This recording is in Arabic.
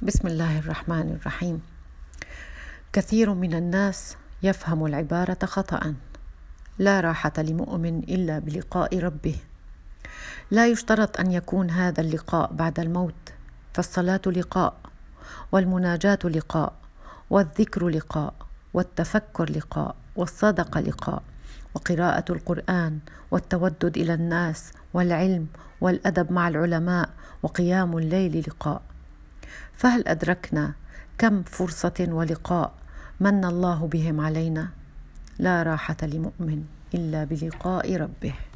بسم الله الرحمن الرحيم. كثير من الناس يفهم العبارة خطأ: لا راحة لمؤمن إلا بلقاء ربه. لا يشترط أن يكون هذا اللقاء بعد الموت، فالصلاة لقاء، والمناجاة لقاء، والذكر لقاء، والتفكر لقاء، والصدقة لقاء، وقراءة القرآن، والتودد إلى الناس، والعلم، والأدب مع العلماء، وقيام الليل لقاء. فهل أدركنا كم فرصة ولقاء من الله بهم علينا؟ لا راحة لمؤمن إلا بلقاء ربه.